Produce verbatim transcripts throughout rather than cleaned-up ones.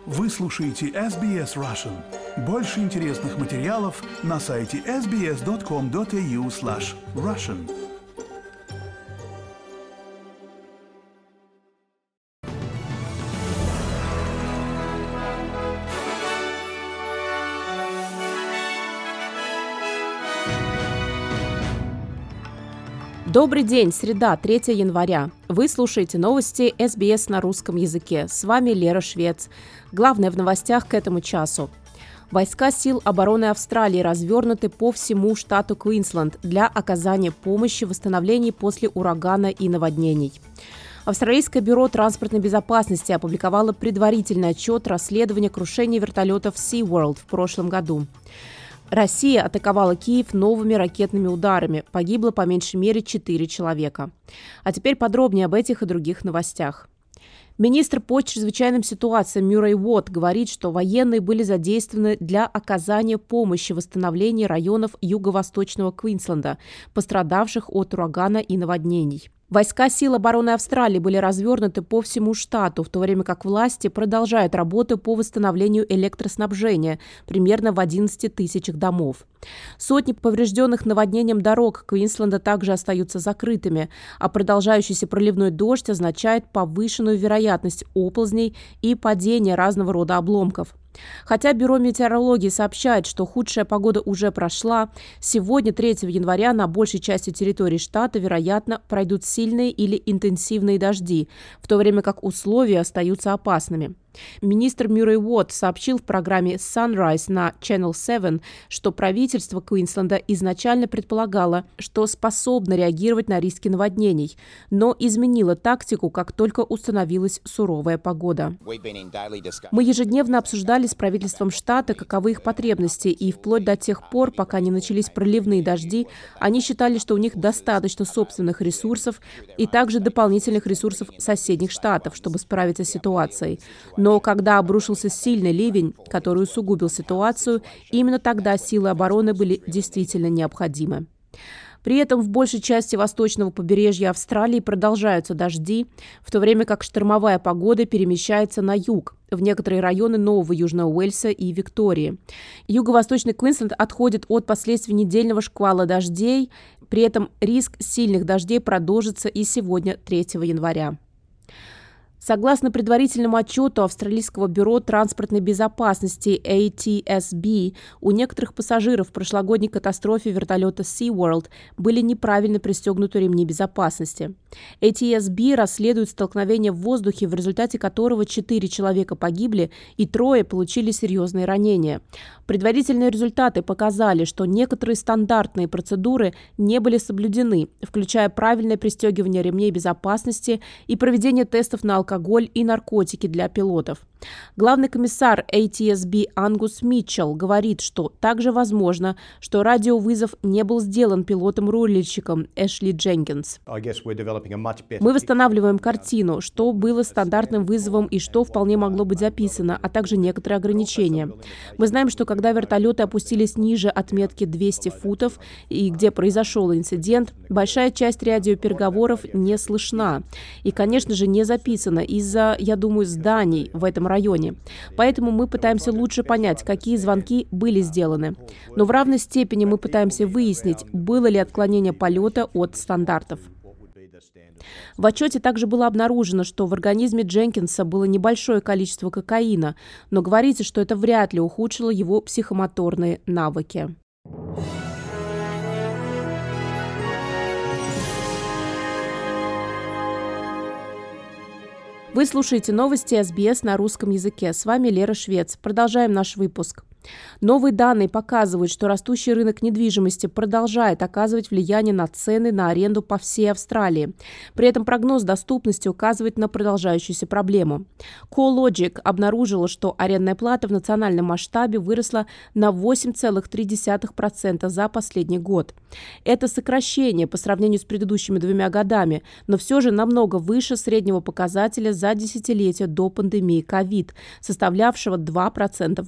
Вы слушаете эс би эс Russian. Больше интересных материалов на сайте эс би эс точка ком точка эй ю слэш Russian. Добрый день, среда, третьего января. Вы слушаете новости эс би эс на русском языке. С вами Лера Швец. Главное в новостях к этому часу. Войска сил обороны Австралии развернуты по всему штату Квинсленд для оказания помощи в восстановлении после урагана и наводнений. Австралийское бюро транспортной безопасности опубликовало предварительный отчет расследования крушения вертолетов SeaWorld в прошлом году. Россия атаковала Киев новыми ракетными ударами. Погибло по меньшей мере четыре человека. А теперь подробнее об этих и других новостях. Министр по чрезвычайным ситуациям Мюррей Уотт говорит, что военные были задействованы для оказания помощи в восстановлении районов юго-восточного Квинсленда, пострадавших от урагана и наводнений. Войска сил обороны Австралии были развернуты по всему штату, в то время как власти продолжают работу по восстановлению электроснабжения примерно в одиннадцати тысячах домов. Сотни поврежденных наводнением дорог Квинсленда также остаются закрытыми, а продолжающийся проливной дождь означает повышенную вероятность оползней и падения разного рода обломков. Хотя Бюро метеорологии сообщает, что худшая погода уже прошла, сегодня, третьего января, на большей части территории штата, вероятно, пройдут сильные или интенсивные дожди, в то время как условия остаются опасными. Министр Мюррей Уотт сообщил в программе Sunrise на Channel семь, что правительство Квинсленда изначально предполагало, что способно реагировать на риски наводнений, но изменило тактику, как только установилась суровая погода. Мы ежедневно обсуждали с правительством штата, каковы их потребности, и вплоть до тех пор, пока не начались проливные дожди, они считали, что у них достаточно собственных ресурсов и также дополнительных ресурсов соседних штатов, чтобы справиться с ситуацией. Но когда обрушился сильный ливень, который усугубил ситуацию, именно тогда силы обороны были действительно необходимы. При этом в большей части восточного побережья Австралии продолжаются дожди, в то время как штормовая погода перемещается на юг, в некоторые районы Нового Южного Уэльса и Виктории. Юго-восточный Квинсленд отходит от последствий недельного шквала дождей, при этом риск сильных дождей продолжится и сегодня, третьего января. Согласно предварительному отчету Австралийского бюро транспортной безопасности эй ти эс би, у некоторых пассажиров в прошлогодней катастрофе вертолета SeaWorld были неправильно пристегнуты ремни безопасности. эй ти эс би расследует столкновение в воздухе, в результате которого четыре человека погибли и трое получили серьезные ранения. Предварительные результаты показали, что некоторые стандартные процедуры не были соблюдены, включая правильное пристегивание ремней безопасности и проведение тестов на алкоголь алкоголь и наркотики для пилотов. Главный комиссар эй ти эс би Ангус Митчелл говорит, что также возможно, что радиовызов не был сделан пилотом-рулильщиком Эшли Дженкинс. Мы восстанавливаем картину, что было стандартным вызовом и что вполне могло быть записано, а также некоторые ограничения. Мы знаем, что когда вертолеты опустились ниже отметки двести футов и где произошел инцидент, большая часть радиопереговоров не слышна и, конечно же, не записана из-за, я думаю, зданий в этом районе. Поэтому мы пытаемся лучше понять, какие звонки были сделаны. Но в равной степени мы пытаемся выяснить, было ли отклонение полета от стандартов. В отчете также было обнаружено, что в организме Дженкинса было небольшое количество кокаина, но говорится, что это вряд ли ухудшило его психомоторные навыки. Вы слушаете новости эс би эс на русском языке. С вами Лера Швец. Продолжаем наш выпуск. Новые данные показывают, что растущий рынок недвижимости продолжает оказывать влияние на цены на аренду по всей Австралии. При этом прогноз доступности указывает на продолжающуюся проблему. CoreLogic обнаружила, что арендная плата в национальном масштабе выросла на восемь целых три десятых процента за последний год. Это сокращение по сравнению с предыдущими двумя годами, но все же намного выше среднего показателя за десятилетие до пандемии ковид, составлявшего два процента в год.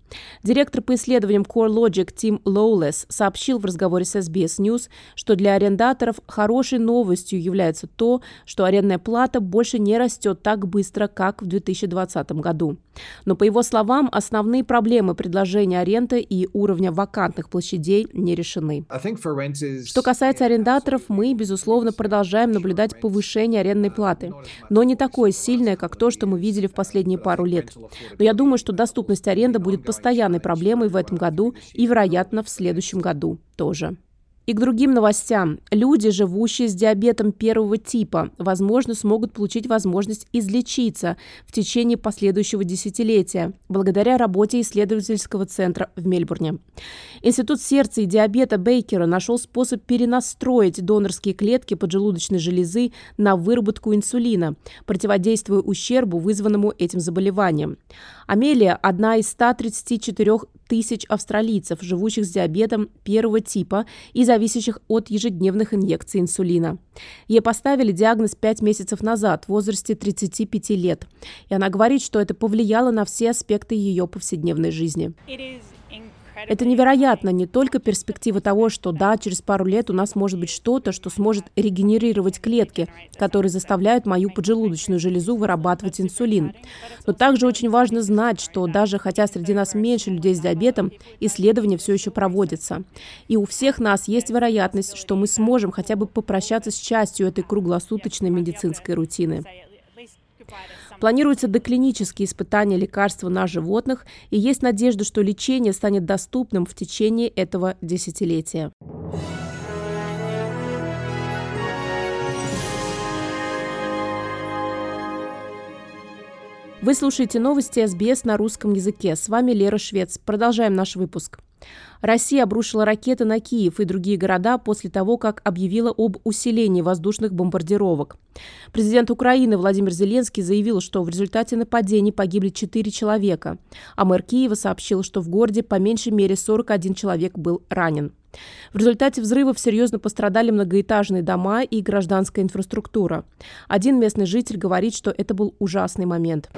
Директор по исследованиям CoreLogic Тим Лоулес сообщил в разговоре с эс би эс News, что для арендаторов хорошей новостью является то, что арендная плата больше не растет так быстро, как в две тысячи двадцатом году. Но, по его словам, основные проблемы предложения аренды и уровня вакантных площадей не решены. Что касается арендаторов, мы, безусловно, продолжаем наблюдать повышение арендной платы, но не такое сильное, как то, что мы видели в последние пару лет. Но я думаю, что доступность аренды будет постоянной проблемой в этом году и, вероятно, в следующем году тоже. И к другим новостям. Люди, живущие с диабетом первого типа, возможно, смогут получить возможность излечиться в течение последующего десятилетия благодаря работе исследовательского центра в Мельбурне. Институт сердца и диабета Бейкера нашел способ перенастроить донорские клетки поджелудочной железы на выработку инсулина, противодействуя ущербу, вызванному этим заболеванием. Амелия – одна из ста тридцати четырёх тысяч австралийцев, живущих с диабетом первого типа и зависящих от ежедневных инъекций инсулина. Ей поставили диагноз пять месяцев назад, в возрасте тридцати пяти лет. И она говорит, что это повлияло на все аспекты ее повседневной жизни. Это невероятно, не только перспектива того, что да, через пару лет у нас может быть что-то, что сможет регенерировать клетки, которые заставляют мою поджелудочную железу вырабатывать инсулин. Но также очень важно знать, что даже хотя среди нас меньше людей с диабетом, исследования все еще проводятся. И у всех нас есть вероятность, что мы сможем хотя бы попрощаться с частью этой круглосуточной медицинской рутины. Планируются доклинические испытания лекарства на животных, и есть надежда, что лечение станет доступным в течение этого десятилетия. Вы слушаете новости эс би эс на русском языке. С вами Лера Швец. Продолжаем наш выпуск. Россия обрушила ракеты на Киев и другие города после того, как объявила об усилении воздушных бомбардировок. Президент Украины Владимир Зеленский заявил, что в результате нападений погибли четыре человека, а мэр Киева сообщил, что в городе по меньшей мере сорок один человек был ранен. В результате взрывов серьезно пострадали многоэтажные дома и гражданская инфраструктура. Один местный житель говорит, что это был ужасный момент.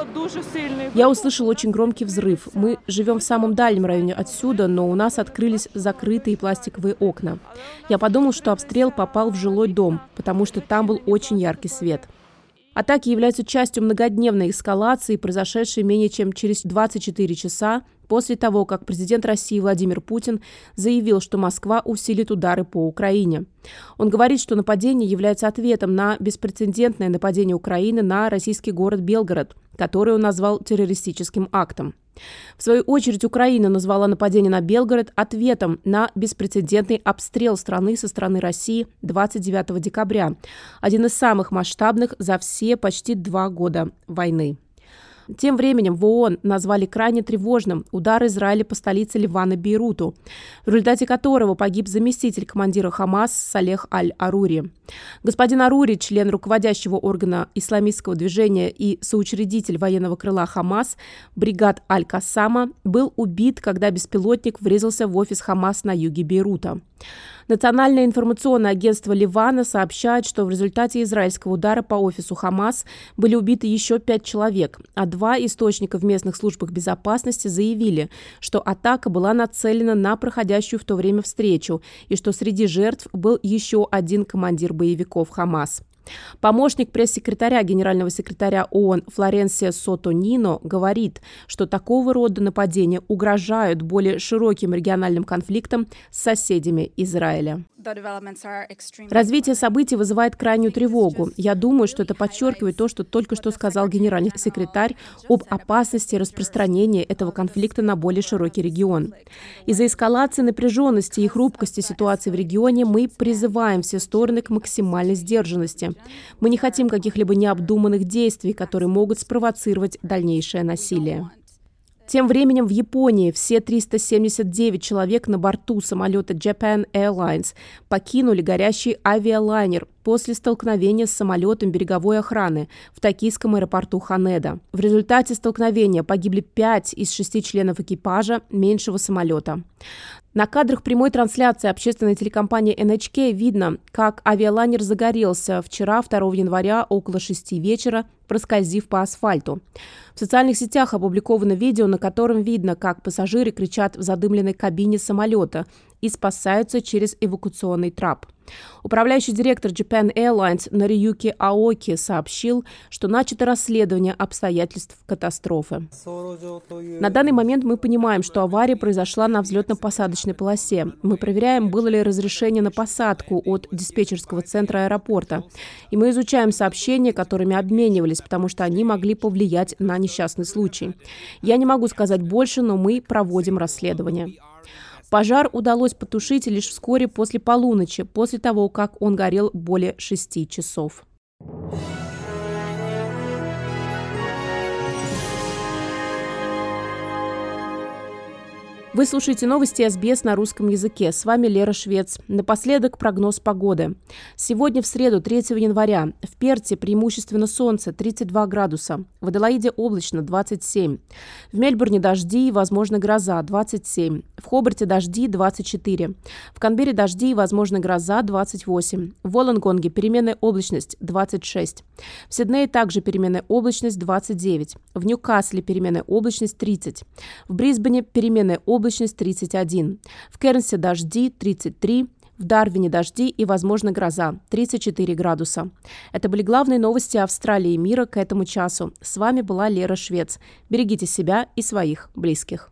Я услышал очень громкий взрыв. Мы живем в самом дальнем районе отсюда, но у нас открылись закрытые пластиковые окна. Я подумал, что обстрел попал в жилой дом, потому что там был очень яркий свет. Атаки являются частью многодневной эскалации, произошедшей менее чем через двадцать четыре часа после того, как президент России Владимир Путин заявил, что Москва усилит удары по Украине. Он говорит, что нападение является ответом на беспрецедентное нападение Украины на российский город Белгород, который он назвал террористическим актом. В свою очередь, Украина назвала нападение на Белгород ответом на беспрецедентный обстрел страны со стороны России двадцать девятого декабря, один из самых масштабных за все почти два года войны. Тем временем в ООН назвали крайне тревожным удар Израиля по столице Ливана Бейруту, в результате которого погиб заместитель командира Хамас Салех Аль-Арури. Господин Арури, член руководящего органа исламистского движения и соучредитель военного крыла Хамас, бригад Аль-Кассама, был убит, когда беспилотник врезался в офис Хамас на юге Бейрута. Национальное информационное агентство Ливана сообщает, что в результате израильского удара по офису Хамас были убиты еще пять человек, а два источника в местных службах безопасности заявили, что атака была нацелена на проходящую в то время встречу и что среди жертв был еще один командир боевиков Хамас. Помощник пресс-секретаря генерального секретаря ООН Флоренсия Сото-Нино говорит, что такого рода нападения угрожают более широким региональным конфликтам с соседями Израиля. Развитие событий вызывает крайнюю тревогу. Я думаю, что это подчеркивает то, что только что сказал генеральный секретарь об опасности распространения этого конфликта на более широкий регион. Из-за эскалации напряженности и хрупкости ситуации в регионе мы призываем все стороны к максимальной сдержанности. Мы не хотим каких-либо необдуманных действий, которые могут спровоцировать дальнейшее насилие. Тем временем в Японии все триста семьдесят девять человек на борту самолета Japan Airlines покинули горящий авиалайнер после столкновения с самолетом береговой охраны в токийском аэропорту Ханеда. В результате столкновения погибли пять из шести членов экипажа меньшего самолета. На кадрах прямой трансляции общественной телекомпании эн эйч кей видно, как авиалайнер загорелся вчера, второго января, около шести вечера, проскользив по асфальту. В социальных сетях опубликовано видео, на котором видно, как пассажиры кричат в задымленной кабине самолета и спасаются через эвакуационный трап. Управляющий директор Japan Airlines Нарiyuki Аоки сообщил, что начато расследование обстоятельств катастрофы. На данный момент мы понимаем, что авария произошла на взлетно-посадочной полосе. Мы проверяем, было ли разрешение на посадку от диспетчерского центра аэропорта. И мы изучаем сообщения, которыми обменивались, потому что они могли повлиять на несчастный случай. Я не могу сказать больше, но мы проводим расследование. Пожар удалось потушить лишь вскоре после полуночи, после того, как он горел более шести часов. Вы слушаете новости эс би эс на русском языке. С вами Лера Швец. Напоследок прогноз погоды. Сегодня в среду, третьего января, в Перте преимущественно солнце, тридцать два градуса. В Аделаиде облачно, двадцать семь. В Мельбурне дожди и, возможно, гроза, двадцать семь. В Хобарте дожди, двадцать четыре. В Канберре дожди и, возможно, гроза, двадцать восемь. В Волонгонге переменная облачность, двадцать шесть. В Сиднее также переменная облачность, двадцать девять. В Ньюкасле переменная облачность, тридцать. В Брисбене переменная облачность, облачность тридцать один. В Кернсе дожди тридцать три. В Дарвине дожди и, возможно, гроза тридцать четыре градуса. Это были главные новости Австралии и мира к этому часу. С вами была Лера Швец. Берегите себя и своих близких.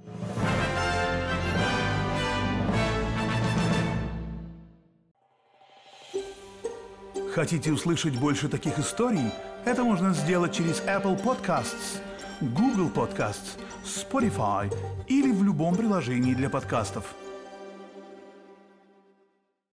Хотите услышать больше таких историй? Это можно сделать через Apple Podcasts, Google Podcasts, Spotify или в любом приложении для подкастов.